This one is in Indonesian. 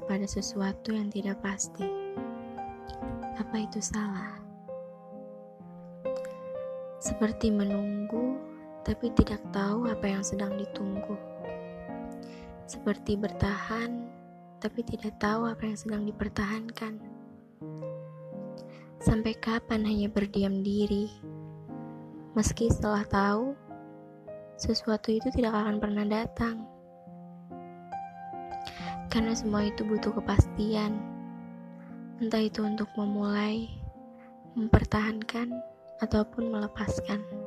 pada sesuatu yang tidak pasti. Apa itu salah? Seperti menunggu, tapi tidak tahu apa yang sedang ditunggu. Seperti bertahan, tapi tidak tahu apa yang sedang dipertahankan. Sampai kapan hanya berdiam diri, meski setelah tahu sesuatu itu tidak akan pernah datang. Karena semua itu butuh kepastian, entah itu untuk memulai, mempertahankan, ataupun melepaskan.